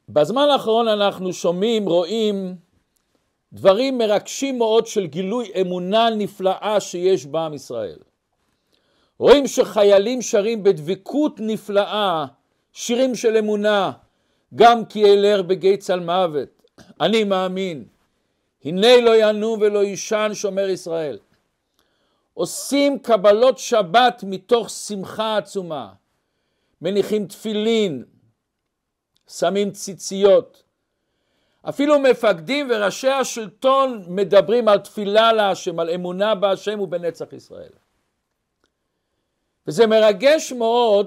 בזמן האחרון אנחנו שומעים, רואים דברים מרגשים מאוד של גילוי אמונה נפלאה שיש בעם ישראל. רואים שחיילים שרים בדבקות נפלאה, שירים של אמונה, גם כי אלך בגיא צל מוות, אני מאמין, הנה לא ינום ולא יישן שומר ישראל. עושים קבלות שבת מתוך שמחה עצומה, מניחים תפילין, שמים ציציות, אפילו מפקדים וראשי השלטון מדברים על תפילה להשם, על אמונה בהשם ובנצח ישראל. וזה מרגש מאוד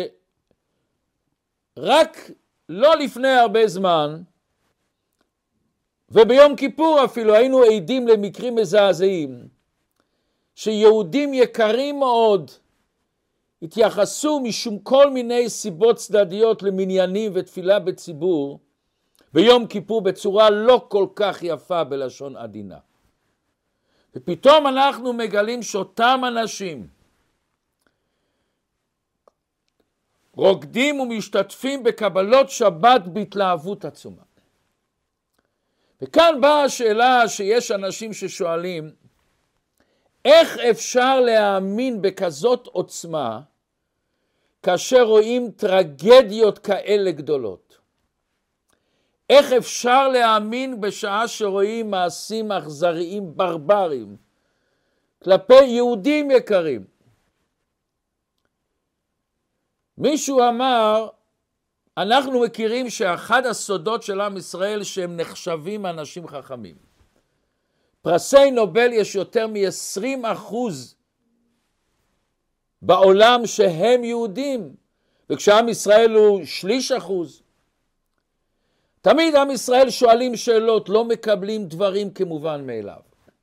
שרק לא לפני הרבה זמן, וביום כיפור אפילו היינו עדים למקרים מזעזעים, שיהודים יקרים מאוד התייחסו משום כל מיני סיבות צדדיות למניינים ותפילה בציבור, ביום כיפור בצורה לא כל כך יפה בלשון עדינה. ופתאום אנחנו מגלים שאותם אנשים רוקדים ומשתתפים בקבלות שבת בהתלהבות עצומה. וכאן באה השאלה שיש אנשים ששואלים, איך אפשר להאמין בכזאת עוצמה כאשר רואים טרגדיות כאלה גדולות? איך אפשר להאמין בשעה שרואים מעשים אכזריים ברברים כלפי יהודים יקרים? מישהו אמר, אנחנו מכירים שאחד הסודות של עם ישראל שהם נחשבים אנשים חכמים. פרסי נובל יש יותר מ-20% בעולם שהם יהודים, וכשעם ישראל הוא 0.3%. תמיד עם ישראל שואלים שאלות, לא מקבלים דברים כמובן מאליו.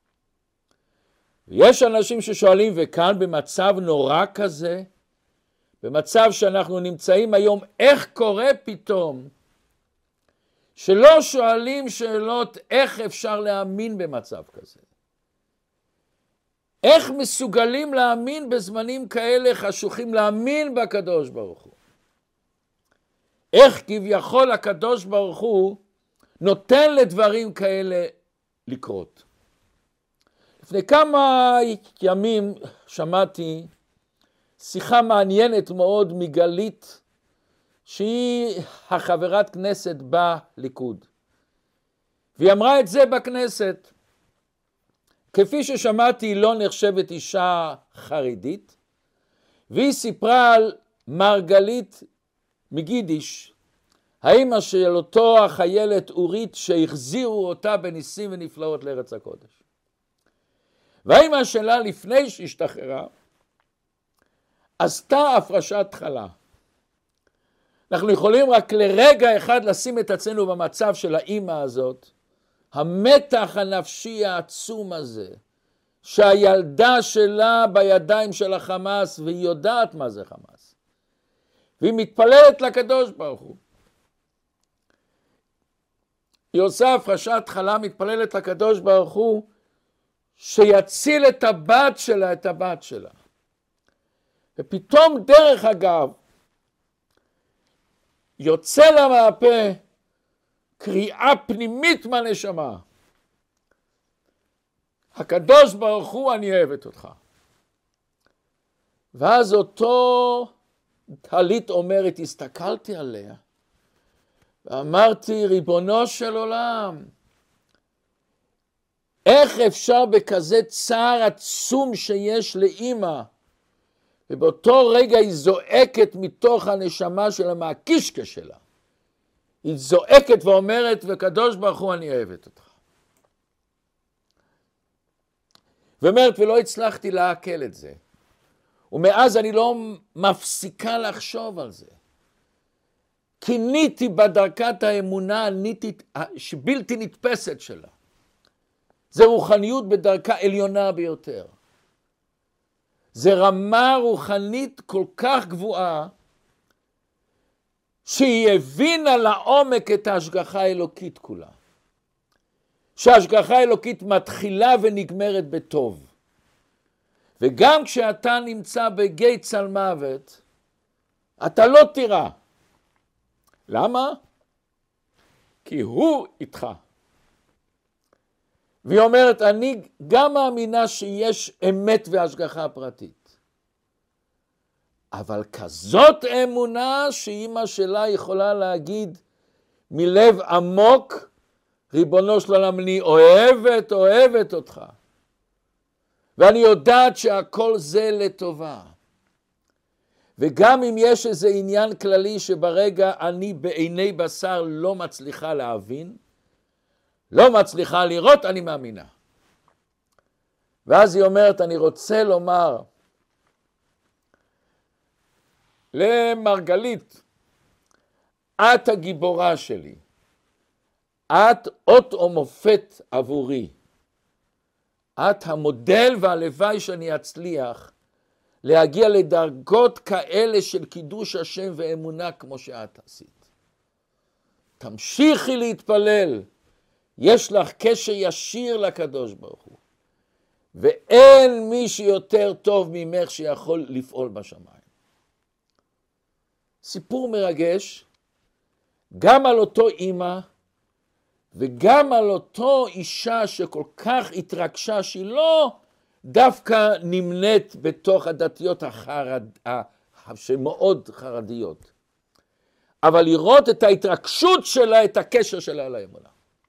יש אנשים ששואלים, וכאן במצב נורא כזה, במצב שאנחנו נמצאים היום, איך קורה פתאום שלא שואלים שאלות איך אפשר להאמין במצב כזה? איך מסוגלים להאמין בזמנים כאלה חשוכים, להאמין בקדוש ברוך הוא? איך כביכול הקדוש ברוך הוא נותן לדברים כאלה לקרות? לפני כמה ימים שמעתי שיחה מעניינת מאוד מגלית, שהיא החברת כנסת בליכוד. והיא אמרה את זה בכנסת. כפי ששמעתי, היא לא נחשבת אישה חרדית, והיא סיפרה על מרגלית מגידיש, האמא של אותו החיילת אורית שהחזירו אותה בניסים ונפלאות לארץ הקודש. והאמא שלה לפני שהשתחררה, עשתה הפרשת חלה. אנחנו יכולים רק לרגע אחד לשים את עצמנו במצב של האמא הזאת, המתח הנפשי העצום הזה, שהילדה שלה בידיים של החמאס, והיא יודעת מה זה חמאס. והיא מתפללת לקדוש ברוך הוא. היא עושה הפרשת חלה, מתפללת לקדוש ברוך הוא, שיציל את הבת שלה, ופתאום דרך אגב, יוצא לה מהפה קריאה פנימית מהנשמה. הקדוש ברוך הוא, אני אוהבת אותך. ואז אותו תלית אומרת, הסתכלתי עליה, ואמרתי, ריבונו של עולם, איך אפשר בכזה צער עצום שיש לאמא, ובאותו רגע היא זועקת מתוך הנשמה שלה, מהקישקע שלה. היא זועקת ואומרת, וקדוש ברוך הוא, אני אוהבת אותך. ואומרת, ולא הצלחתי לעכל את זה. ומאז אני לא מפסיקה לחשוב על זה. קיניתי בדרכת האמונה שבלתי נתפסת שלה. זה רוחניות בדרכה עליונה ביותר. זה רמה רוחנית כל כך גבוהה, שהיא הבינה לעומק את ההשגחה האלוקית כולה. שההשגחה האלוקית מתחילה ונגמרת בטוב. וגם כשאתה נמצא בגיא צל מוות, אתה לא תירא. למה? כי הוא איתך. והיא אומרת, אני גם מאמינה שיש אמת והשגחה פרטית. אבל כזאת אמונה שאמא שלה יכולה להגיד מלב עמוק, ריבונו של עולם, אני אוהבת אותך. ואני יודעת שהכל זה לטובה. וגם אם יש איזה עניין כללי שברגע אני בעיני בשר לא מצליחה להבין, לא מצליחה לראות, אני מאמינה. ואז היא אומרת, אני רוצה לומר למרגלית, את הגיבורה שלי, את אות ומופת עבורי, את המודל והלוואי שאני אצליח להגיע לדרגות כאלה של קידוש השם ואמונה כמו שאת עשית. תמשיכי להתפלל, יש לך קשר ישיר לקדוש ברוך הוא, ואין מי שיותר טוב ממך שיכול לפעול בשמיים. סיפור מרגש, גם על אותו אמא, וגם על אותו אישה שכל כך התרגשה, שהיא לא דווקא נמנית בתוך הדתיות שמאוד חרדיות, אבל לראות את ההתרגשות שלה, את הקשר שלה לאמונה.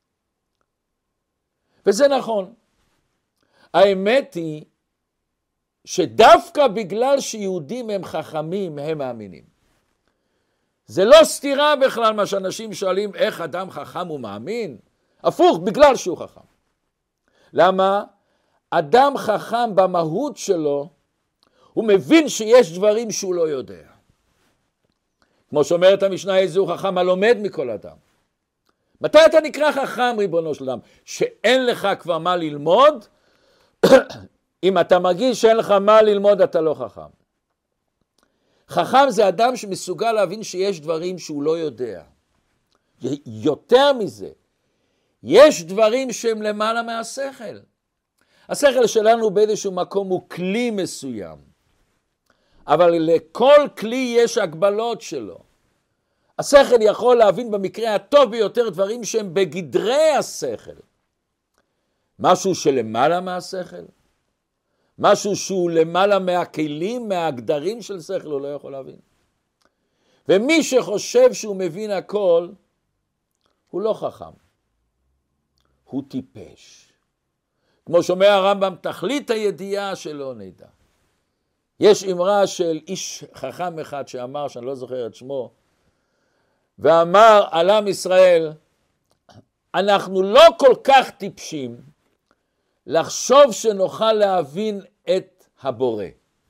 וזה נכון. האמת היא שדווקא בגלל שיהודים הם חכמים, הם מאמינים. זה לא סתירה בכלל מה שאנשים שואלים, איך אדם חכם הוא מאמין? הפוך, בגלל שהוא חכם. למה? אדם חכם במהות שלו, הוא מבין שיש דברים שהוא לא יודע. כמו שאומרת המשנה, איזה הוא חכם הלומד מכל אדם. מתי אתה נקרא חכם, ריבונו של עולם? שאין לך כבר מה ללמוד? אם אתה מרגיש שאין לך מה ללמוד, אתה לא חכם. חכם זה אדם שמסוגל להבין שיש דברים שהוא לא יודע. יותר מזה, יש דברים שהם למעלה מהשכל. השכל שלנו באיזשהו מקום הוא כלי מסוים, אבל לכל כלי יש הגבלות שלו. השכל יכול להבין במקרה הטוב ביותר דברים שהם בגדרי השכל. משהו שלמעלה מהשכל, משהו שהוא למעלה מהכלים, מהגדרים של שכל, הוא לא יכול להבין. ומי שחושב שהוא מבין הכל, הוא לא חכם, הוא טיפש. כמו שאומר הרמב"ם, תכלית הידיעה שלא נדע. יש אמרה של איש חכם אחד שאמר, שאני לא זוכר את שמו, ואמר על עם ישראל, אנחנו לא כל כך טיפשים לחשוב שנוכל להבין את הבורא.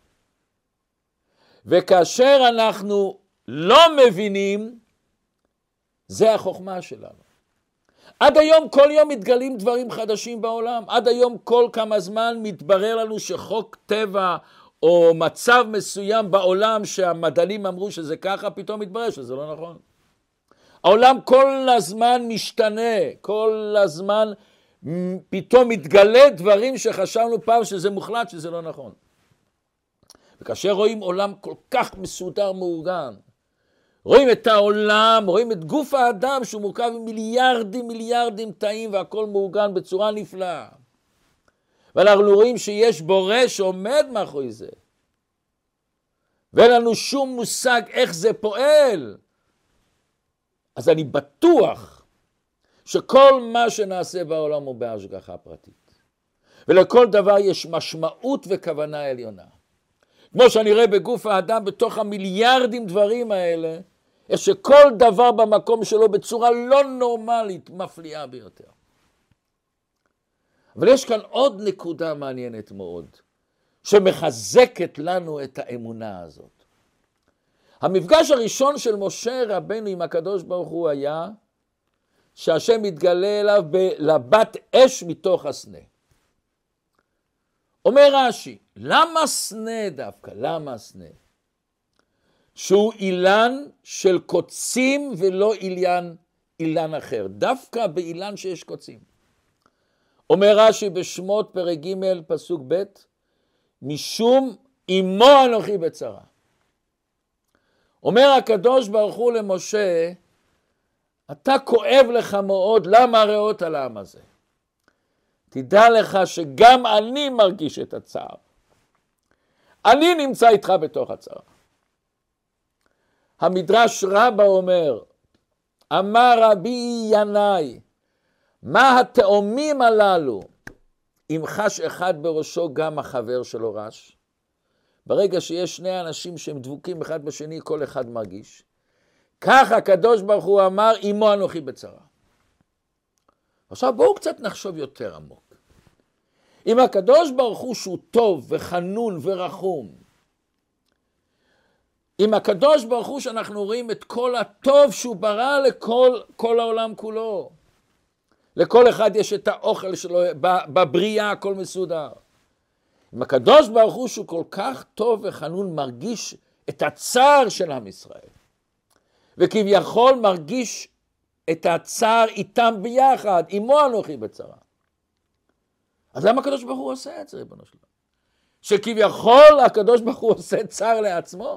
וכאשר אנחנו לא מבינים, זה החוכמה שלנו. עד היום, כל יום מתגלים דברים חדשים בעולם. עד היום, כל כמה זמן מתברר לנו שחוק טבע או מצב מסוים בעולם שהמדענים אמרו שזה ככה, פתאום מתברר שזה לא נכון. העולם כל הזמן משתנה, כל הזמן פתאום מתגלה דברים שחשבנו פעם שזה מוחלט, שזה לא נכון. וכאשר רואים עולם כל כך מסודר מאורגן, רואים את העולם, רואים את גוף האדם שהוא מורכב מיליארדים תאים והכל מאורגן בצורה נפלאה. ואנחנו רואים שיש בורא שעומד מאחורי זה. ואין לנו שום מושג איך זה פועל. אז אני בטוח שכל מה שנעשה בעולם הוא בהשגחה פרטית. ולכל דבר יש משמעות וכוונה עליונה. כמו שאני רואה בגוף האדם, בתוך המיליארדים דברים האלה, איך שכל דבר במקום שלו בצורה לא נורמלית, מפליאה ביותר. אבל יש כאן עוד נקודה מעניינת מאוד, שמחזקת לנו את האמונה הזאת. המפגש הראשון של משה רבנו עם הקדוש ברוך הוא היה, שהשם מתגלה אליו בלבת אש מתוך הסנה. אומר רש"י, למה סנה דווקא? למה סנה? שהוא אילן של קוצים ולא אילן אחר. דווקא באילן שיש קוצים. אומר רש"י בשמות פרק ג' פסוק ב', משום עמו אנוכי בצרה. אומר הקדוש ברוך הוא למשה, אתה כואב לך מאוד, למה הרעות על העם הזה? תדע לך שגם אני מרגיש את הצער. אני נמצא איתך בתוך הצער. המדרש רבה אומר, אמר רבי ינאי, מה התאומים הללו? אם חש אחד בראשו גם החבר שלו רש. ברגע שיש שני אנשים שהם דבוקים אחד בשני, כל אחד מרגיש. כך הקדוש ברוך הוא אמר, עמו אנוכי בצרה. עכשיו בואו קצת נחשוב יותר עמוק. אם הקדוש ברוך הוא שהוא טוב וחנון ורחום, אם הקדוש ברוך הוא שאנחנו רואים את כל הטוב שהוא ברא לכל העולם כולו, לכל אחד יש את האוכל שלו, בבריאה הכל מסודר. אם הקדוש ברוך הוא שהוא כל כך טוב וחנון מרגיש את הצער של עם ישראל, וכביכול מרגיש את הצער איתם ביחד, עמו אנוכי בצרה. אז למה הקדוש ברוך הוא עושה את זה, ריבונו שלום? שכביכול הקדוש ברוך הוא עושה צער לעצמו?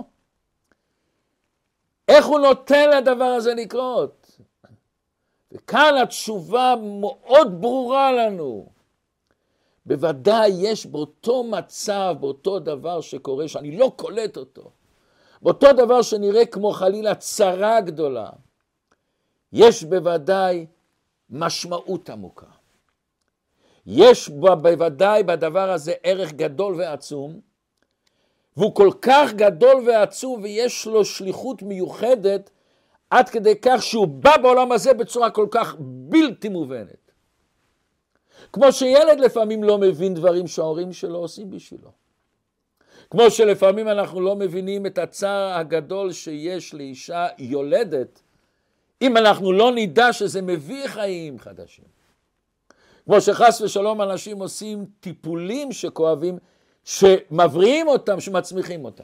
איך הוא נותן לדבר הזה לקרות? וכאן התשובה מאוד ברורה לנו. בוודאי יש באותו מצב, באותו דבר שקורה, שאני לא קולט אותו, באותו דבר שנראה כמו חלילה צרה גדולה, יש בוודאי משמעות עמוקה. יש בוודאי בדבר הזה ערך גדול ועצום, והוא כל כך גדול ועצום, ויש לו שליחות מיוחדת, עד כדי כך שהוא בא בעולם הזה בצורה כל כך בלתי מובנת. כמו שילד לפעמים לא מבין דברים שההורים שלו עושים בשבילו. כמו שלפעמים אנחנו לא מבינים את הצער הגדול שיש לאישה יולדת, אם אנחנו לא נדע שזה מביא חיים חדשים. כמו שחס ושלום אנשים עושים טיפולים שכואבים, שמבריאים אותם, שמצמיחים אותם.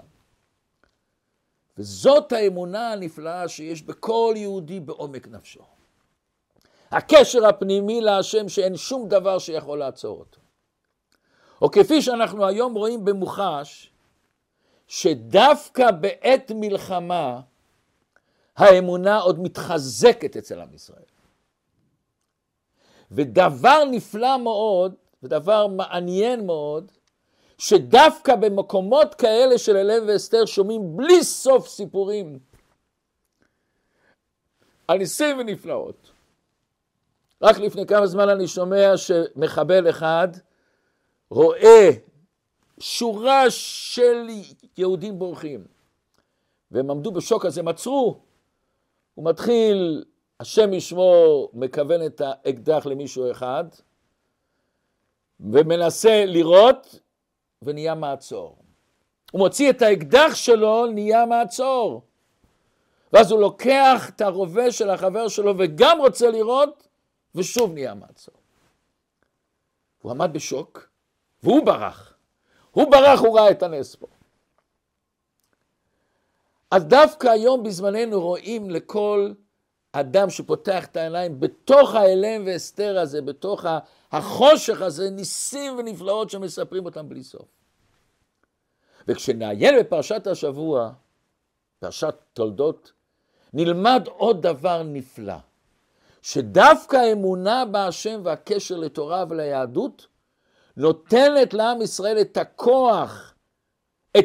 וזאת האמונה הנפלאה שיש בכל יהודי בעומק נפשו. הקשר הפנימי להשם שאין שום דבר שיכול לעצור אותו. או כפי שאנחנו היום רואים במוחש, שדווקא בעת מלחמה, האמונה עוד מתחזקת אצל עם ישראל. ודבר נפלא מאוד, ודבר מעניין מאוד, שדווקא במקומות כאלה של הלם ואסתר שומעים בלי סוף סיפורים על ניסים ונפלאות. רק לפני כמה זמן אני שומע שמחבל אחד רואה שורה של יהודים בורחים, והם עמדו בשוק הזה, מצרו, הוא מתחיל, השם ישמור, מכוון את האקדח למישהו אחד, ומנסה לראות, ונהיה מעצור. הוא מוציא את האקדח שלו, נהיה מעצור. ואז הוא לוקח את הרובה של החבר שלו, וגם רוצה לראות, ושוב נהיה מעצור. הוא עמד בשוק, והוא ברח. הוא ברח, הוא ראה את הנס פה. אז דווקא היום בזמננו רואים לכל אדם שפותח את העיניים, בתוך האלם ואסתר הזה, בתוך החושך הזה, ניסים ונפלאות שמספרים אותם בלי סוף. וכשנעיין בפרשת השבוע, פרשת תולדות, נלמד עוד דבר נפלא, שדווקא האמונה בהשם והקשר לתורה וליהדות, נותנת לעם ישראל את הכוח, את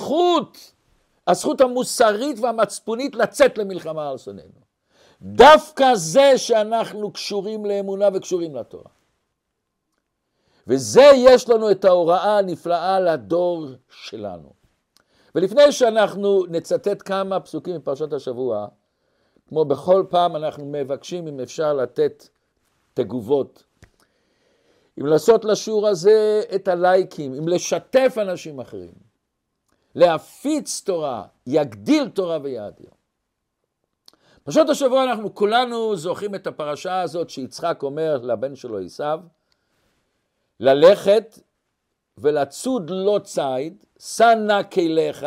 הזכות המוסרית והמצפונית לצאת למלחמה על שונאינו. דווקא זה שאנחנו קשורים לאמונה וקשורים לתורה. וזה יש לנו את ההוראה הנפלאה לדור שלנו. ולפני שאנחנו נצטט כמה פסוקים מפרשת השבוע, כמו בכל פעם אנחנו מבקשים אם אפשר לתת תגובות, אם לעשות לשיעור הזה את הלייקים, אם לשתף אנשים אחרים, להפיץ תורה, יגדיל תורה ויאדיר. פרשת השבוע אנחנו כולנו זוכרים את הפרשה הזאת שיצחק אומר לבן שלו עשיו, ללכת ולצוד לו ציד, שא נא כליך,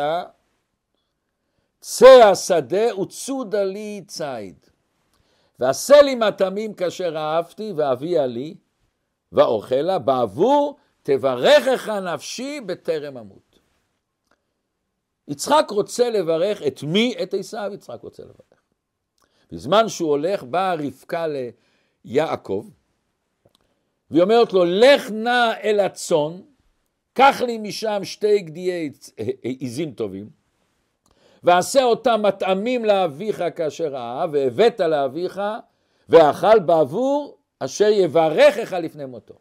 צא השדה וצודה לי ציד. ועשה לי מטעמים כאשר אהבתי ואביה לי, ואוכלה בעבור תברכך נפשי בטרם אמות. יצחק רוצה לברך את מי? את עשיו יצחק רוצה לברך. בזמן שהוא הולך, באה רבקה ליעקב, והיא אומרת לו, לך נא אל הצאן, קח לי משם 2 גדיי עזים טובים, ועשה אותם מטעמים לאביך כאשר אהב, והבאת לאביך, ואכל בעבור אשר יברכך לפני מותו.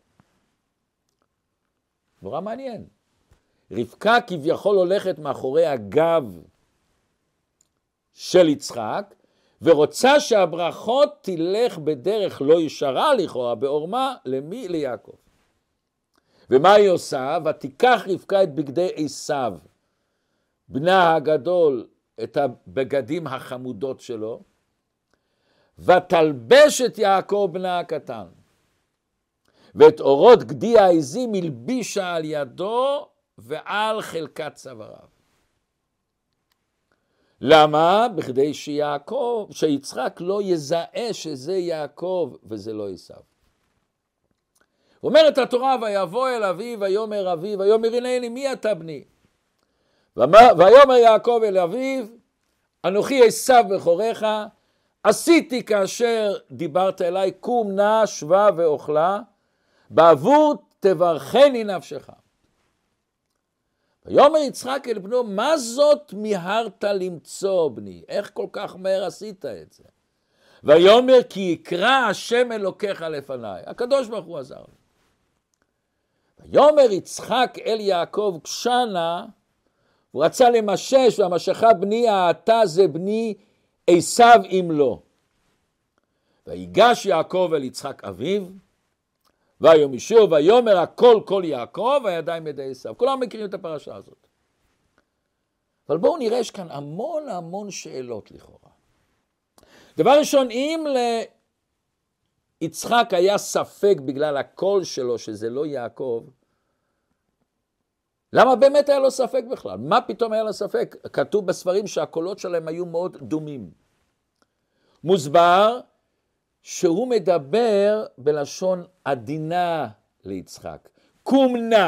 נורא מעניין. רבקה כביכול הולכת מאחורי הגב של יצחק, ורוצה שהברכות תלך בדרך לא ישרה לכאורה, בעורמה, למי? ליעקב. ומה היא עושה? ותיקח רבקה את בגדי עשיו, בנה הגדול, את הבגדים החמודות שלו, ותלבש את יעקב בנה הקטן, ואת אורות גדי העזים הלבישה על ידו ועל חלקת צוואריו. למה? בכדי שיצחק לא יזהה שזה יעקב וזה לא עשיו. אומרת התורה, ויבוא אל אביו, ויאמר אביו, ויאמר הנני מי אתה בני? ויאמר יעקב אל אביו, אנוכי עשיו בכורך, עשיתי כאשר דיברת אליי, קום נא שבה ואוכלה, בעבור תברכני נפשך. ויאמר יצחק אל בנו, מה זאת מיהרת למצוא בני? איך כל כך מהר עשית את זה? ויאמר כי יקרא השם אלוקיך לפניי. הקדוש ברוך הוא עזר לו. ויאמר יצחק אל יעקב קשנה, הוא רצה למשש, והמשכה בני העתה זה בני עשיו אם לא. ויגש יעקב אל יצחק אביו, ויאמר ויאמר הכל כל יעקב, והידיים ידי עשיו. כולם מכירים את הפרשה הזאת. אבל בואו נראה, יש כאן המון שאלות לכאורה. דבר ראשון, אם ליצחק היה ספק בגלל הקול שלו שזה לא יעקב, למה באמת היה לו ספק בכלל? מה פתאום היה לו ספק? כתוב בספרים שהקולות שלהם היו מאוד דומים. מוסבר שהוא מדבר בלשון עדינה ליצחק. קום נא.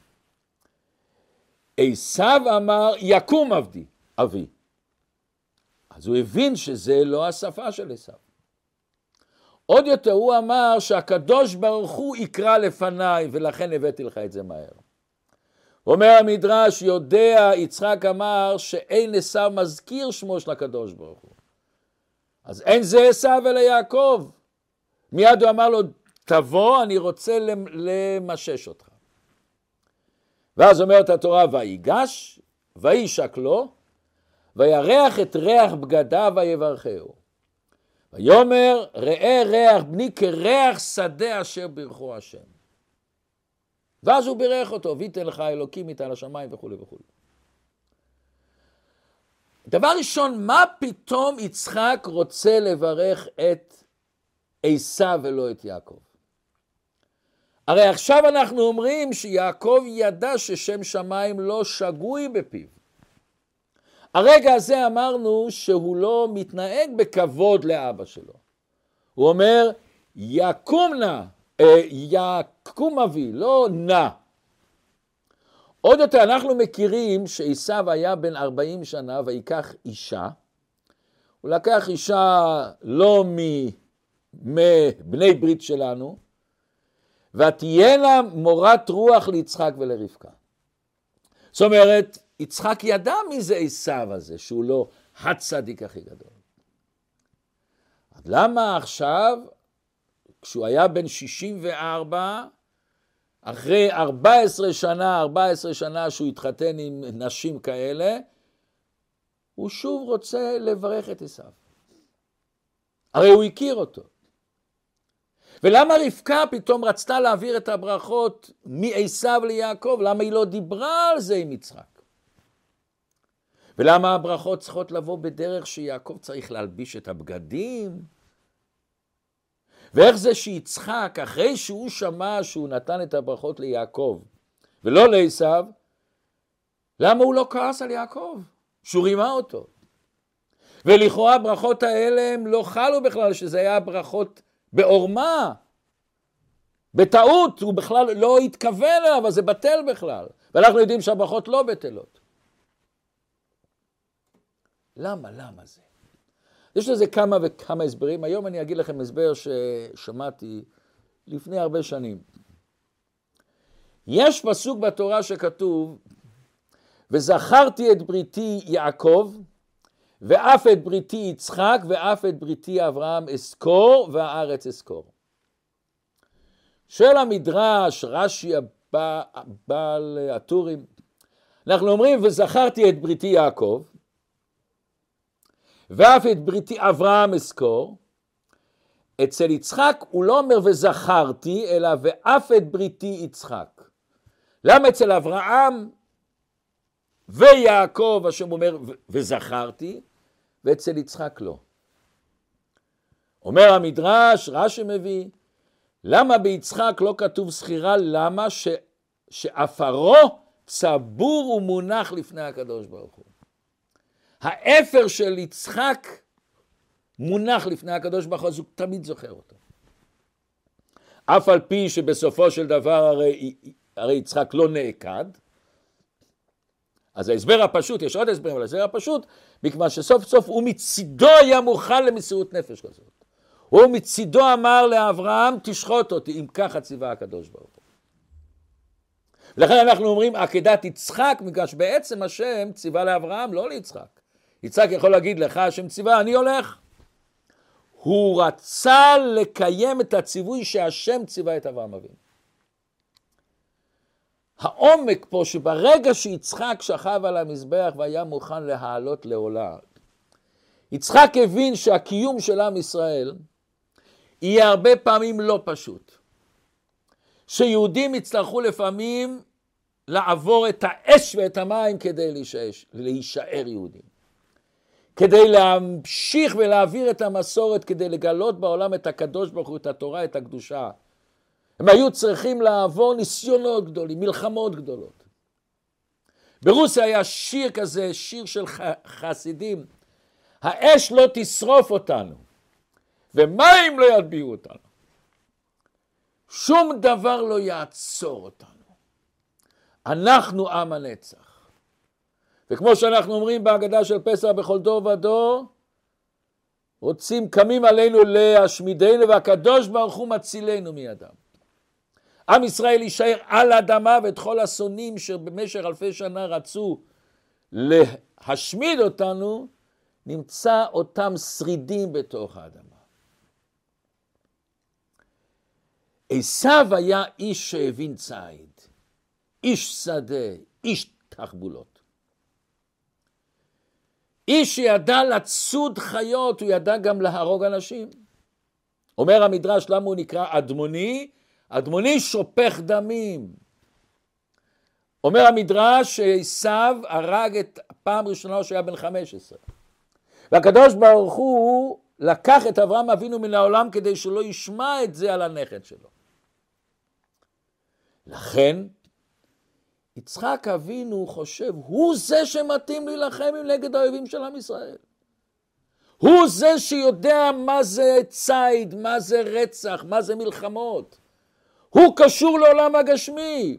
עשיו אמר יקום אבי. אז הוא הבין שזה לא השפה של עשיו. עוד יותר הוא אמר שהקדוש ברוך הוא יקרא לפניי, ולכן הבאתי לך את זה מהר. אומר המדרש, יודע, יצחק אמר שאין עשיו מזכיר שמו של הקדוש ברוך הוא. אז אין זה עשיו אלא יעקב. מיד הוא אמר לו, תבוא, אני רוצה למשש אותך. ואז אומרת התורה, ויגש, וישק לו, וירח את ריח בגדיו ויברכהו. ויאמר, ראה ריח בני כריח שדה אשר ברכו השם. ואז הוא בירך אותו, ויתן לך אלוקים איתה לשמיים וכו' וכו'. דבר ראשון, מה פתאום יצחק רוצה לברך את עשיו ולא את יעקב? הרי עכשיו אנחנו אומרים שיעקב ידע ששם שמיים לא שגוי בפיו. הרגע הזה אמרנו שהוא לא מתנהג בכבוד לאבא שלו. הוא אומר, יקום אבי, לא נא. עוד יותר אנחנו מכירים שעשיו היה בן 40 שנה ויקח אישה. הוא לקח אישה לא מבני ברית שלנו, ותהיינה מורת רוח ליצחק ולרבקה. זאת אומרת, יצחק ידע מי זה עשיו הזה, שהוא לא הצדיק הכי גדול. אז למה עכשיו, כשהוא היה בן 64, אחרי 14 שנה שהוא התחתן עם נשים כאלה, הוא שוב רוצה לברך את עשיו. הרי הוא הכיר אותו. ולמה רבקה פתאום רצתה להעביר את הברכות מעשיו ליעקב? למה היא לא דיברה על זה עם יצחק? ולמה הברכות צריכות לבוא בדרך שיעקב צריך להלביש את הבגדים? ואיך זה שיצחק, אחרי שהוא שמע שהוא נתן את הברכות ליעקב ולא לעשיו, למה הוא לא כעס על יעקב? שהוא רימה אותו. ולכאורה הברכות האלה הם לא חלו בכלל, שזה היה ברכות בעורמה. בטעות, הוא בכלל לא התכוון אליו, אבל זה בטל בכלל. ואנחנו יודעים שהברכות לא בטלות. למה זה? יש לזה כמה וכמה הסברים. היום אני אגיד לכם הסבר ששמעתי לפני הרבה שנים. יש פסוק בתורה שכתוב, וזכרתי את בריתי יעקב, ואף את בריתי יצחק, ואף את בריתי אברהם אזכור, והארץ אזכור. של המדרש, רש"י בעל הטורים, אנחנו אומרים, וזכרתי את בריתי יעקב, ואף את בריתי אברהם אזכור. אצל יצחק הוא לא אומר וזכרתי, אלא ואף את בריתי יצחק. למה אצל אברהם ויעקב השם אומר וזכרתי, ואצל יצחק לא? אומר המדרש, רש"י מביא, למה ביצחק לא כתוב זכירה? למה שאפרו צבור ומונח לפני הקדוש ברוך הוא. האפר של יצחק מונח לפני הקדוש ברוך הוא, אז הוא תמיד זוכר אותו. אף על פי שבסופו של דבר הרי יצחק לא נעקד, אז ההסבר הפשוט, יש עוד הסברים, אבל ההסבר הפשוט, מכיוון שסוף סוף הוא מצידו היה מוכן למסירות נפש כזאת. הוא מצידו אמר לאברהם, תשחוט אותי, אם ככה ציווה הקדוש ברוך הוא. ולכן אנחנו אומרים, עקדת יצחק, מכיוון שבעצם השם ציווה לאברהם, לא ליצחק. יצחק יכול להגיד לך, השם ציווה, אני הולך. הוא רצה לקיים את הציווי שהשם ציווה את אברהם אבינו. העומק פה שברגע שיצחק שכב על המזבח והיה מוכן להעלות לעולה, יצחק הבין שהקיום של עם ישראל יהיה הרבה פעמים לא פשוט. שיהודים יצטרכו לפעמים לעבור את האש ואת המים כדי להישאר יהודים. כדי להמשיך ולהעביר את המסורת, כדי לגלות בעולם את הקדוש ברוך הוא, את התורה, את הקדושה. הם היו צריכים לעבור ניסיונות גדולים, מלחמות גדולות. ברוסיה היה שיר כזה, שיר של חסידים. האש לא תשרוף אותנו, ומים לא יטביעו אותנו. שום דבר לא יעצור אותנו. אנחנו עם הנצח. וכמו שאנחנו אומרים בהגדה של פסח, בכל דור ודור, קמים עלינו להשמידנו, והקדוש ברוך הוא מצילנו מידם. עם ישראל יישאר על האדמה, ואת כל השונאים שבמשך אלפי שנה רצו להשמיד אותנו, נמצא אותם שרידים בתוך האדמה. עשיו היה איש שהבין ציד, איש שדה, איש תחבולות. איש שידע לצוד חיות, הוא ידע גם להרוג אנשים. אומר המדרש, למה הוא נקרא אדמוני? אדמוני שופך דמים. אומר המדרש שעשיו הרג את פעם ראשונה שהיה בן 15. והקדוש ברוך הוא לקח את אברהם אבינו מן העולם כדי שלא ישמע את זה על הנכד שלו. לכן יצחק אבינו חושב, הוא זה שמתאים להילחם נגד האויבים של עם ישראל. הוא זה שיודע מה זה ציד, מה זה רצח, מה זה מלחמות. הוא קשור לעולם הגשמי.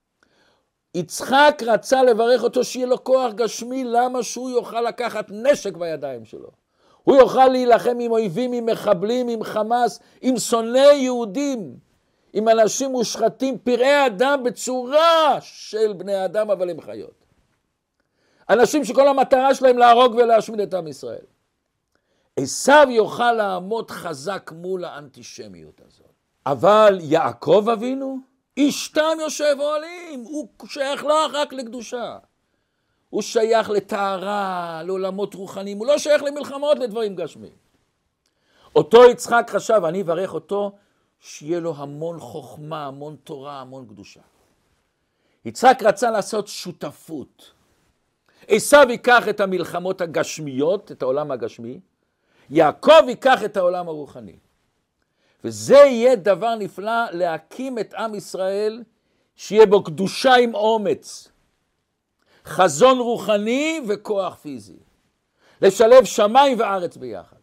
יצחק רצה לברך אותו שיהיה לו כוח גשמי, למה שהוא יוכל לקחת נשק בידיים שלו. הוא יוכל להילחם עם אויבים, עם מחבלים, עם חמאס, עם שונאי יהודים, עם אנשים מושחתים, פראי אדם בצורה של בני אדם, אבל הם חיות. אנשים שכל המטרה שלהם להרוג ולהשמיד את עם ישראל. עשיו יוכל לעמוד חזק מול האנטישמיות הזאת. אבל יעקב אבינו, איש תם יושב אוהלים, הוא שייך לא רק לקדושה. הוא שייך לטהרה, לעולמות רוחניים, הוא לא שייך למלחמות, לדברים גשמיים. אותו יצחק חשב, אני אברך אותו, שיהיה לו המון חוכמה, המון תורה, המון קדושה. יצחק רצה לעשות שותפות. עשיו ייקח את המלחמות הגשמיות, את העולם הגשמי, יעקב ייקח את העולם הרוחני. וזה יהיה דבר נפלא להקים את עם ישראל, שיהיה בו קדושה עם אומץ, חזון רוחני וכוח פיזי. לשלב שמיים וארץ ביחד.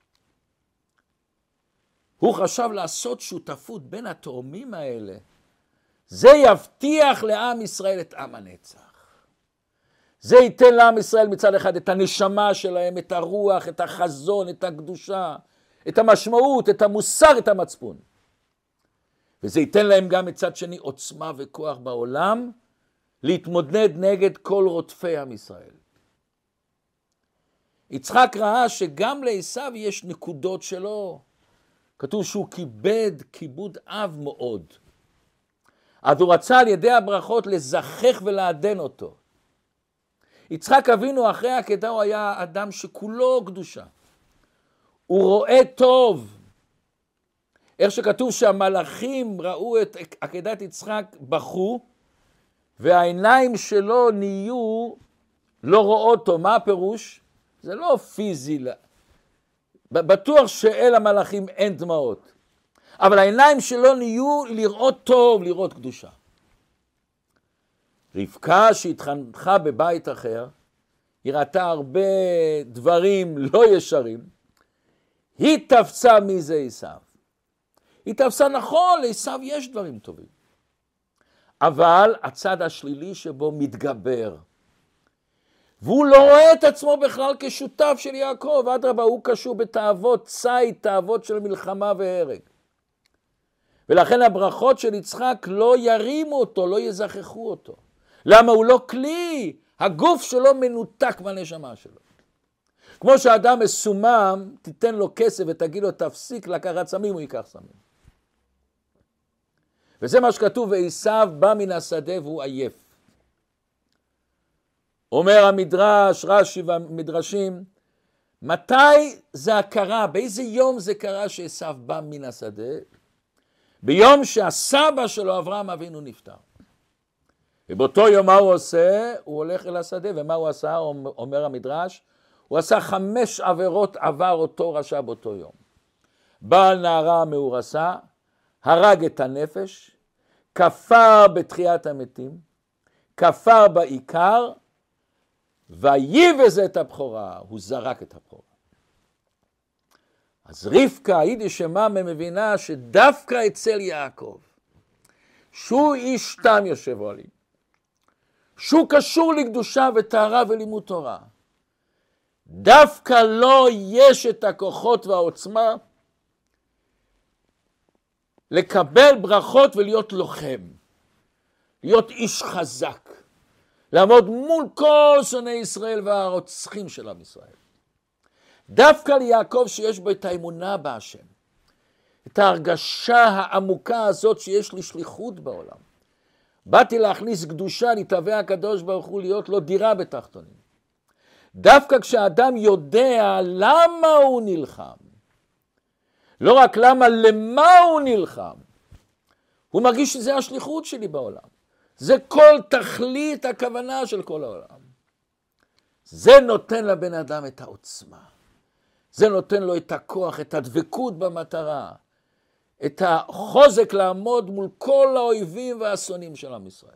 הוא חשב לעשות שותפות בין התאומים האלה. זה יבטיח לעם ישראל את עם הנצח. זה ייתן לעם ישראל מצד אחד את הנשמה שלהם, את הרוח, את החזון, את הקדושה, את המשמעות, את המוסר, את המצפון. וזה ייתן להם גם מצד שני עוצמה וכוח בעולם, להתמודד נגד כל רודפי עם ישראל. יצחק ראה שגם לעשיו יש נקודות שלו. כתוב שהוא כיבד כיבוד אב מאוד. אז הוא רצה על ידי הברכות לזכך ולעדן אותו. יצחק אבינו אחרי העקדה הוא היה אדם שכולו קדושה. הוא רואה טוב. איך שכתוב שהמלאכים ראו את עקדת יצחק בכו, והעיניים שלו נהיו לא רואות אותו. מה הפירוש? זה לא פיזי. בטוח שאל המלאכים אין דמעות. אבל העיניים שלו נהיו לראות טוב, לראות קדושה. רבקה שהתחנכה בבית אחר, היא ראתה הרבה דברים לא ישרים, היא תפסה מי זה עשיו. היא תפסה נכון, לעשיו יש דברים טובים. אבל הצד השלילי שבו מתגבר. והוא לא רואה את עצמו בכלל כשותף של יעקב, אדרבה, הוא קשור בתאוות ציד, תאוות של מלחמה והרג. ולכן הברכות של יצחק לא ירימו אותו, לא יזכחו אותו. למה? הוא לא כלי, הגוף שלו מנותק מהנשמה שלו. כמו שאדם מסומם, תיתן לו כסף ותגיד לו תפסיק לקחת סמים, הוא ייקח סמים. וזה מה שכתוב, ועשיו בא מן השדה והוא עייף. אומר המדרש, רש"י והמדרשים, מתי זה הקרה, באיזה יום זה קרה שעשיו בא מן השדה? ביום שהסבא שלו אברהם אבינו נפטר. ובאותו יום מה הוא עושה? הוא הולך אל השדה, ומה הוא עשה? אומר המדרש, הוא עשה 5 עבירות עבר אותו רשע באותו יום. בעל נערה מאורסה, הרג את הנפש, כפר בתחיית המתים, כפר בעיקר, ויבז את הבכורה, הוא זרק את הבכורה. אז רבקה, היידיש שמם, מבינה שדווקא אצל יעקב, שהוא איש תם יושב עלי, שהוא קשור לקדושה וטהרה ולימוד תורה, דווקא לא יש את הכוחות והעוצמה לקבל ברכות ולהיות לוחם, להיות איש חזק, לעמוד מול כל שונאי ישראל והרוצחים של עם ישראל. דווקא ליעקב שיש בו את האמונה בהשם, את ההרגשה העמוקה הזאת שיש לי שליחות בעולם. באתי להכניס קדושה, נתהווה הקדוש ברוך הוא להיות לו דירה בתחתונים. דווקא כשאדם יודע למה הוא נלחם, לא רק למה הוא נלחם, הוא מרגיש שזה השליחות שלי בעולם. זה כל תכלית הכוונה של כל העולם. זה נותן לבן אדם את העוצמה. זה נותן לו את הכוח, את הדבקות במטרה, את החוזק לעמוד מול כל האויבים והאסונים של עם ישראל.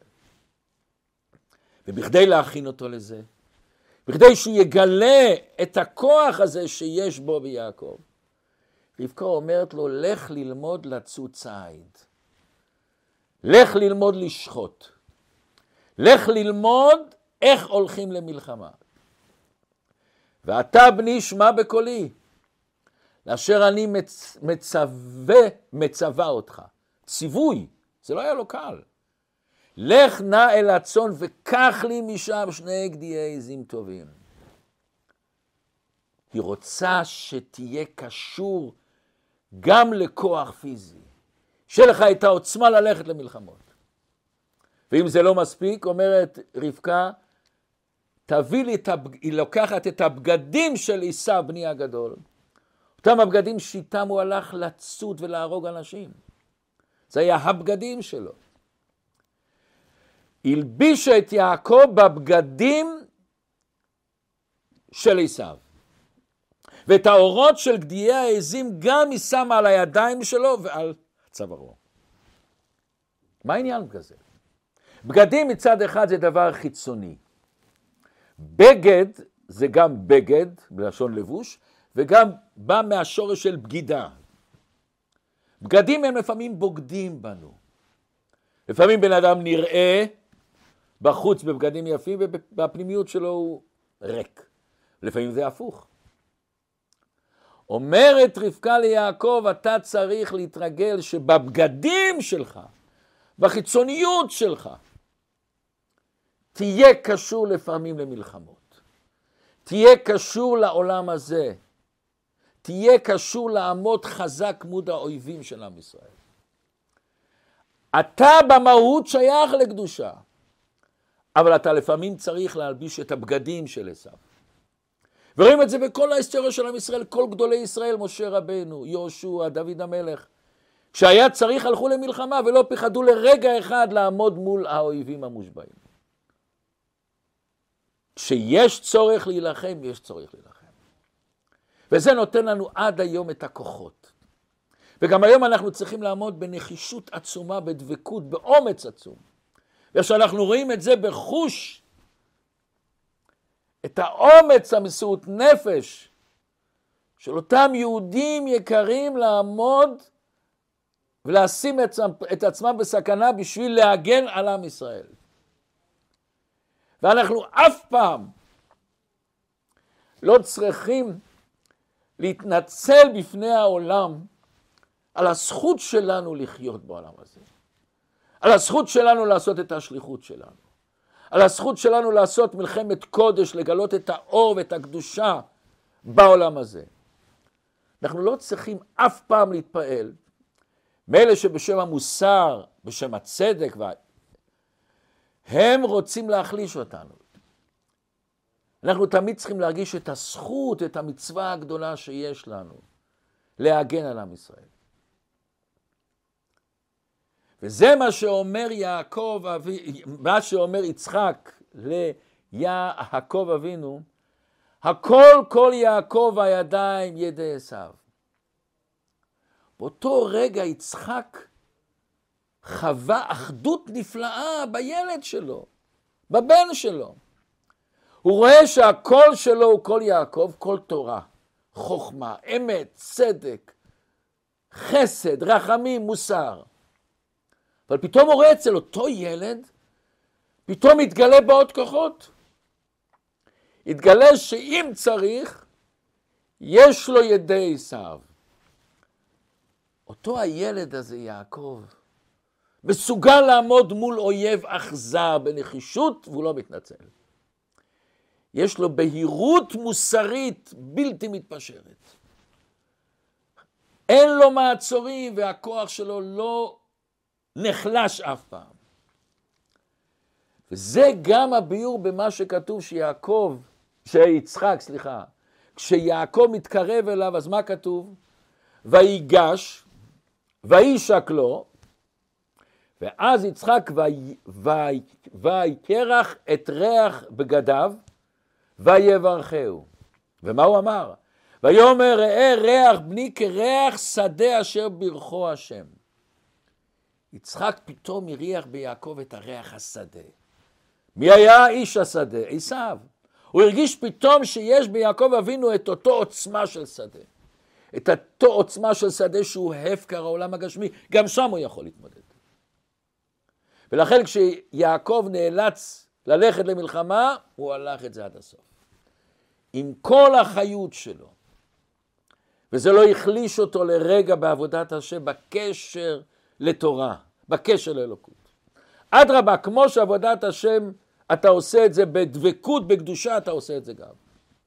ובכדי להכין אותו לזה, בכדי שהוא יגלה את הכוח הזה שיש בו ביעקב, רבקה אומרת לו, לך ללמוד לצוד ציד. לך ללמוד לשחוט. לך ללמוד איך הולכים למלחמה. ואתה בני שמע בקולי, לאשר אני מצווה אותך. ציווי, זה לא היה לו קל. לך נא אל הצאן וקח לי משם 2 גדיי עזים טובים. היא רוצה שתהיה קשור גם לכוח פיזי. שיהיה לך את העוצמה ללכת למלחמות. ואם זה לא מספיק, אומרת רבקה, תביא לי היא לוקחת את הבגדים של עשיו בני הגדול. אותם הבגדים שאיתם הוא הלך לצוד ולהרוג אנשים. זה היה הבגדים שלו. הלבישה את יעקב בבגדים של עשיו. ואת האורות של גדיי העזים גם היא שמה על הידיים שלו ועל צווארו. מה העניין כזה? בגדים מצד אחד זה דבר חיצוני. בגד זה גם בגד, בלשון לבוש, וגם בא מהשורש של בגידה. בגדים הם לפעמים בוגדים בנו. לפעמים בן אדם נראה בחוץ בבגדים יפים, ובפנימיות שלו הוא ריק. לפעמים זה הפוך. אומרת רבקה ליעקב, אתה צריך להתרגל שבבגדים שלך, בחיצוניות שלך, תהיה קשור לפעמים למלחמות. תהיה קשור לעולם הזה. תהיה קשור לעמוד חזק מול האויבים של עם ישראל. אתה במהות שייך לקדושה, אבל אתה לפעמים צריך להלביש את הבגדים של עשיו. ורואים את זה בכל ההיסטוריה של עם ישראל, כל גדולי ישראל, משה רבנו, יהושע, דוד המלך. כשהיה צריך הלכו למלחמה ולא פחדו לרגע אחד לעמוד מול האויבים המושבעים. כשיש צורך להילחם, יש צורך להילחם. וזה נותן לנו עד היום את הכוחות. וגם היום אנחנו צריכים לעמוד בנחישות עצומה, בדבקות, באומץ עצום. וכשאנחנו רואים את זה בחוש, את האומץ, המסירות נפש של אותם יהודים יקרים לעמוד ולשים את עצמם בסכנה בשביל להגן על עם ישראל. ואנחנו אף פעם לא צריכים להתנצל בפני העולם על הזכות שלנו לחיות בעולם הזה. על הזכות שלנו לעשות את השליחות שלנו. על הזכות שלנו לעשות מלחמת קודש, לגלות את האור ואת הקדושה בעולם הזה. אנחנו לא צריכים אף פעם להתפעל מאלה שבשם המוסר, בשם הצדק, הם רוצים להחליש אותנו. אנחנו תמיד צריכים להרגיש את הזכות, את המצווה הגדולה שיש לנו, להגן על עם ישראל. וזה מה שאומר יעקב, מה שאומר יצחק ליעקב אבינו, הכל כל יעקב הידיים ידי עשיו. באותו רגע יצחק חווה אחדות נפלאה בילד שלו, בבן שלו. הוא רואה שהקול שלו הוא קול יעקב, קול תורה, חוכמה, אמת, צדק, חסד, רחמים, מוסר. אבל פתאום הוא רואה אצל אותו ילד, פתאום יתגלה בעוד כוחות. יתגלה שאם צריך, יש לו ידי עשיו. אותו הילד הזה, יעקב, מסוגל לעמוד מול אויב אכזר בנחישות, והוא לא מתנצל. יש לו בהירות מוסרית בלתי מתפשרת. אין לו מעצורים, והכוח שלו לא נחלש אף פעם. וזה גם הביור במה שכתוב כשיעקב מתקרב אליו, אז מה כתוב? ויגש, וישק לו, ואז יצחק ויקרח את ריח בגדיו, ויברכהו. ומה הוא אמר? ויאמר ראה ריח בני כריח שדה אשר ברכו השם. יצחק פתאום הריח ביעקב את הריח השדה. מי היה איש השדה? עשיו. הוא הרגיש פתאום שיש ביעקב אבינו את אותו עוצמה של שדה. את אותו עוצמה של שדה שהוא הפקר העולם הגשמי. גם שם הוא יכול להתמודד. ולכן כשיעקב נאלץ ללכת למלחמה, הוא הלך את זה עד הסוף. עם כל החיות שלו. וזה לא החליש אותו לרגע בעבודת השם, בקשר לתורה, בקשר לאלוקות. אדרבה, כמו שעבודת השם, אתה עושה את זה בדבקות, בקדושה, אתה עושה את זה גם.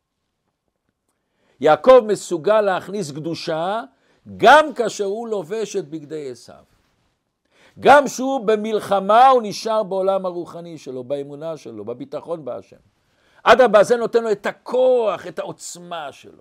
יעקב מסוגל להכניס קדושה, גם כאשר הוא לובש את בגדי עשיו. גם שהוא במלחמה, הוא נשאר בעולם הרוחני שלו, באמונה שלו, בביטחון בהשם. אדרבה, זה נותן לו את הכוח, את העוצמה שלו.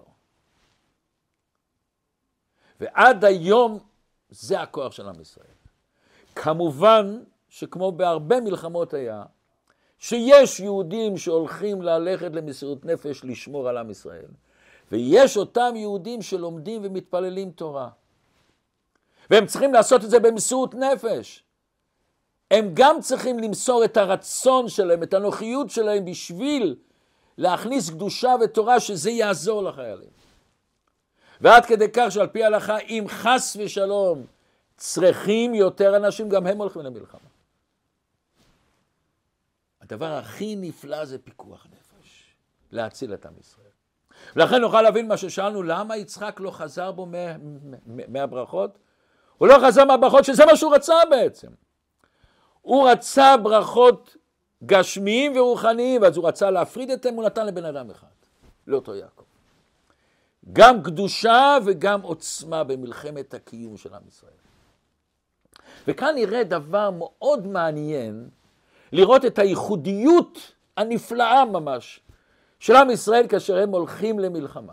ועד היום זה הכוח של עם ישראל. כמובן שכמו בהרבה מלחמות היה, שיש יהודים שהולכים ללכת למסירות נפש לשמור על עם ישראל. ויש אותם יהודים שלומדים ומתפללים תורה. והם צריכים לעשות את זה במסירות נפש. הם גם צריכים למסור את הרצון שלהם, את הנוחיות שלהם בשביל להכניס קדושה ותורה שזה יעזור לחיילים. ועד כדי כך שעל פי ההלכה, אם חס ושלום צריכים יותר אנשים, גם הם הולכים למלחמה. הדבר הכי נפלא זה פיקוח נפש, להציל את עם ישראל. ולכן נוכל להבין מה ששאלנו, למה יצחק לא חזר בו מהברכות? הוא לא חזר מהברכות, שזה מה שהוא רצה בעצם. הוא רצה ברכות גשמיים ורוחניים, אז הוא רצה להפריד את אמונתן לבן אדם אחד, לאותו יעקב. גם קדושה וגם עוצמה במלחמת הקיום של עם ישראל. וכאן נראה דבר מאוד מעניין, לראות את הייחודיות הנפלאה ממש של עם ישראל כאשר הם הולכים למלחמה.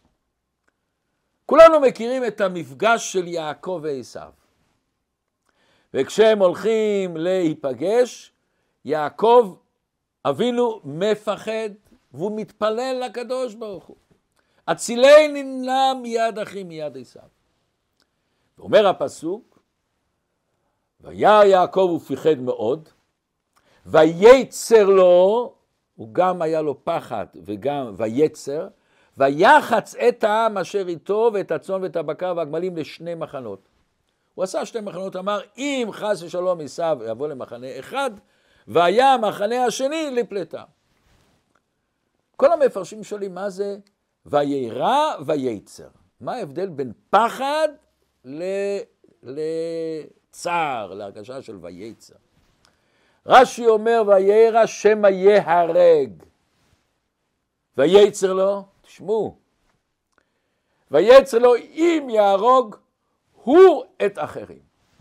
כולנו מכירים את המפגש של יעקב ועשיו. וכשהם הולכים להיפגש, יעקב אבינו מפחד והוא מתפלל לקדוש ברוך הוא. הצילני נא מיד אחי מיד עשיו. ואומר הפסוק, וירא יעקב ופחד מאוד, וייצר לו, הוא גם היה לו פחד וגם וייצר, ויחץ את העם אשר איתו ואת הצאן ואת הבקר והגמלים לשני מחנות. הוא עשה שני מחנות, אמר, אם חס ושלום עשיו יבוא למחנה אחד, והיה המחנה השני לפלטה. כל המפרשים שואלים מה זה ויירא וייצר. מה ההבדל בין פחד לצער, להרגשה של וייצר? רש"י אומר ויירא שמא יהרג, וייצר לו, תשמעו, וייצר לו אם יהרוג הוא את אחרים.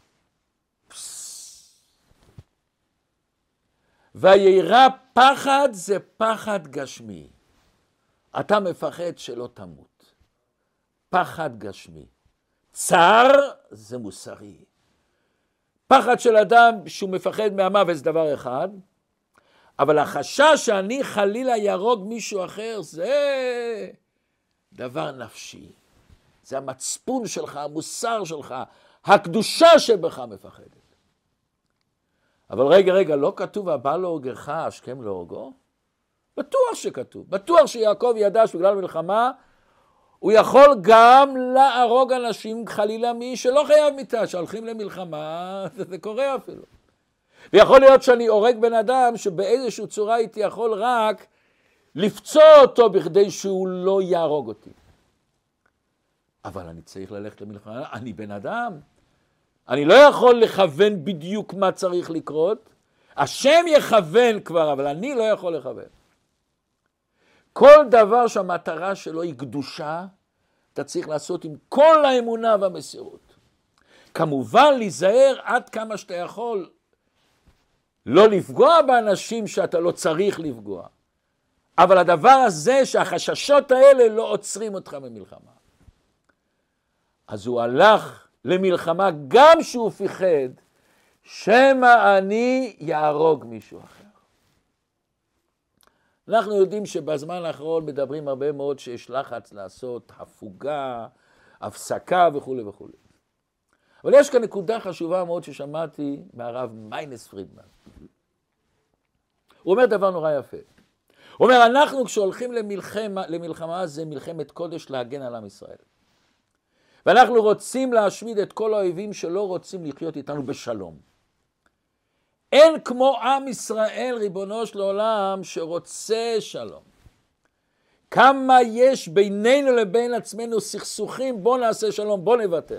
ויירא פחד זה פחד גשמי. אתה מפחד שלא תמות. פחד גשמי. צער זה מוסרי. פחד של אדם שהוא מפחד מהמוות זה דבר אחד, אבל החשש שאני חלילה ירוג מישהו אחר זה דבר נפשי. זה המצפון שלך, המוסר שלך, הקדושה שבך מפחדת. אבל רגע, לא כתוב הבא להורגך, השכם להורגו? בטוח שכתוב. בטוח שיעקב ידע שבגלל מלחמה, הוא יכול גם להרוג אנשים חלילה מי שלא חייב מיתה, שהולכים למלחמה, זה קורה אפילו. ויכול להיות שאני הורג בן אדם שבאיזושהי צורה הייתי יכול רק לפצוע אותו בכדי שהוא לא יהרוג אותי. אבל אני צריך ללכת למלחמה, אני בן אדם. אני לא יכול לכוון בדיוק מה צריך לקרות. השם יכוון כבר, אבל אני לא יכול לכוון. כל דבר שהמטרה שלו היא קדושה, אתה צריך לעשות עם כל האמונה והמסירות. כמובן להיזהר עד כמה שאתה יכול, לא לפגוע באנשים שאתה לא צריך לפגוע. אבל הדבר הזה שהחששות האלה לא עוצרים אותך ממלחמה. אז הוא הלך למלחמה גם שהוא פחד, שמא אני יהרוג מישהו אחר. אנחנו יודעים שבזמן האחרון מדברים הרבה מאוד שיש לחץ לעשות הפוגה, הפסקה וכו' וכו'. אבל יש כאן נקודה חשובה מאוד ששמעתי מהרב מיינס פרידמן. הוא אומר דבר נורא יפה. הוא אומר, אנחנו כשהולכים למלחמה זה מלחמת קודש להגן על עם ישראל. ואנחנו רוצים להשמיד את כל האויבים שלא רוצים לחיות איתנו בשלום. אין כמו עם ישראל, ריבונו של עולם, שרוצה שלום. כמה יש בינינו לבין עצמנו סכסוכים, בוא נעשה שלום, בוא נוותר.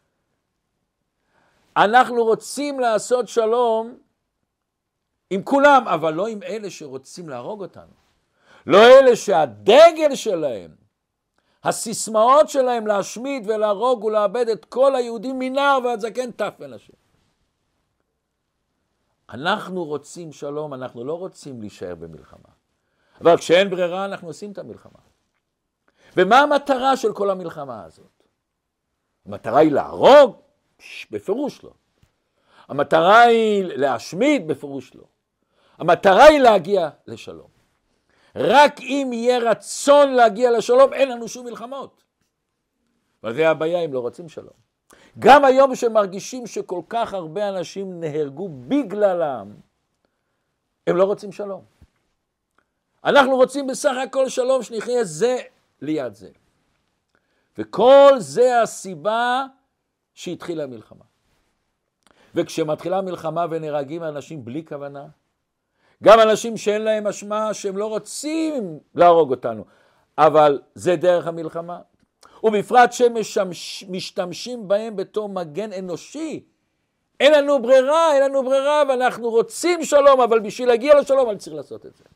אנחנו רוצים לעשות שלום עם כולם, אבל לא עם אלה שרוצים להרוג אותנו. לא אלה שהדגל שלהם, הסיסמאות שלהם להשמיד ולהרוג ולאבד את כל היהודים מנער ועד זקן טף ונשם. אנחנו רוצים שלום, אנחנו לא רוצים להישאר במלחמה. אבל כשאין ברירה אנחנו עושים את המלחמה. ומה המטרה של כל המלחמה הזאת? המטרה היא להרוג? בפירוש לא. המטרה היא להשמיד? בפירוש לא. המטרה היא להגיע לשלום. רק אם יהיה רצון להגיע לשלום, אין לנו שום מלחמות. וזה הבעיה אם לא רוצים שלום. גם היום שמרגישים שכל כך הרבה אנשים נהרגו בגללם, הם לא רוצים שלום. אנחנו רוצים בסך הכל שלום שנחיה זה ליד זה. וכל זה הסיבה שהתחילה המלחמה. וכשמתחילה המלחמה ונהרגים אנשים בלי כוונה, גם אנשים שאין להם אשמה, שהם לא רוצים להרוג אותנו, אבל זה דרך המלחמה. ובפרט שהם משתמשים בהם בתור מגן אנושי. אין לנו ברירה, ואנחנו רוצים שלום, אבל בשביל להגיע לשלום, אני צריך לעשות את זה.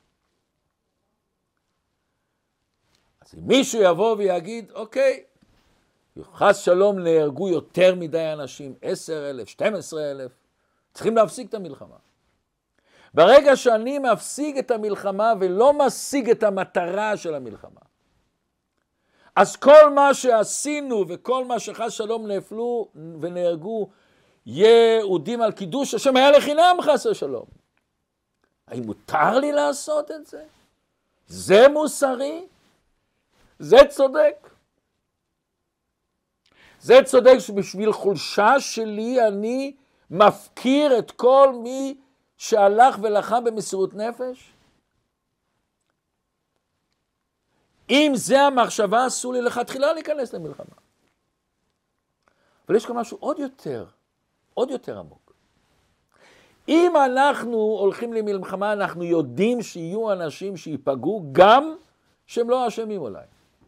אז אם מישהו יבוא ויגיד, אוקיי, חס שלום נהרגו יותר מדי אנשים, 10,000, 12,000, צריכים להפסיק את המלחמה. ברגע שאני מפסיק את המלחמה ולא משיג את המטרה של המלחמה, אז כל מה שעשינו וכל מה שחס שלום נפלו ונהרגו יהודים על קידוש השם היה לחינם חס ושלום. האם מותר לי לעשות את זה? זה מוסרי? זה צודק? זה צודק שבשביל חולשה שלי אני מפקיר את כל מי שהלך ולחם במסירות נפש? אם זה המחשבה, אסור לי לכתחילה להיכנס למלחמה. אבל יש כאן משהו עוד יותר עמוק. אם אנחנו הולכים למלחמה, אנחנו יודעים שיהיו אנשים שיפגעו, גם שהם לא אשמים אולי.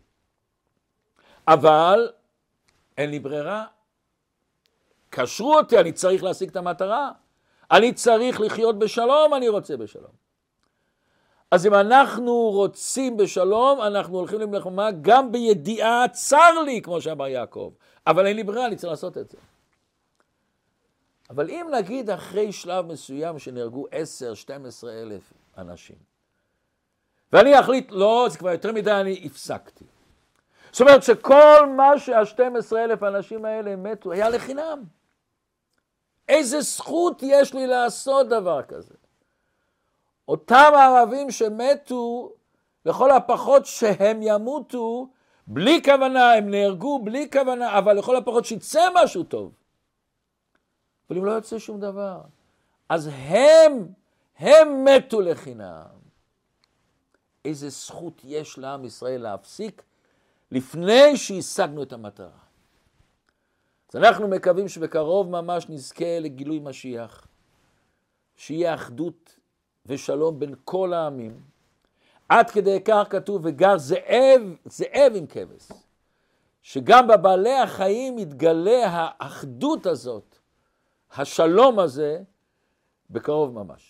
אבל אין לי ברירה. קשרו אותי, אני צריך להשיג את המטרה. אני צריך לחיות בשלום, אני רוצה בשלום. אז אם אנחנו רוצים בשלום, אנחנו הולכים למלחמה גם בידיעה צר לי, כמו שאמר יעקב. אבל אין לי ברירה, אני צריך לעשות את זה. אבל אם נגיד אחרי שלב מסוים שנהרגו 10-12 אלף אנשים, ואני אחליט, לא, זה כבר יותר מדי, אני הפסקתי. זאת אומרת שכל מה שה-12 אלף אנשים האלה מתו, היה לחינם. איזה זכות יש לי לעשות דבר כזה? אותם הערבים שמתו, לכל הפחות שהם ימותו, בלי כוונה, הם נהרגו בלי כוונה, אבל לכל הפחות שיצא משהו טוב. אבל אם לא יוצא שום דבר, אז הם מתו לחינם. איזה זכות יש לעם ישראל להפסיק לפני שהשגנו את המטרה. אז אנחנו מקווים שבקרוב ממש נזכה לגילוי משיח, שיהיה אחדות ושלום בין כל העמים. עד כדי כך כתוב, וגר זאב עם כבש, שגם בבעלי החיים יתגלה האחדות הזאת, השלום הזה, בקרוב ממש.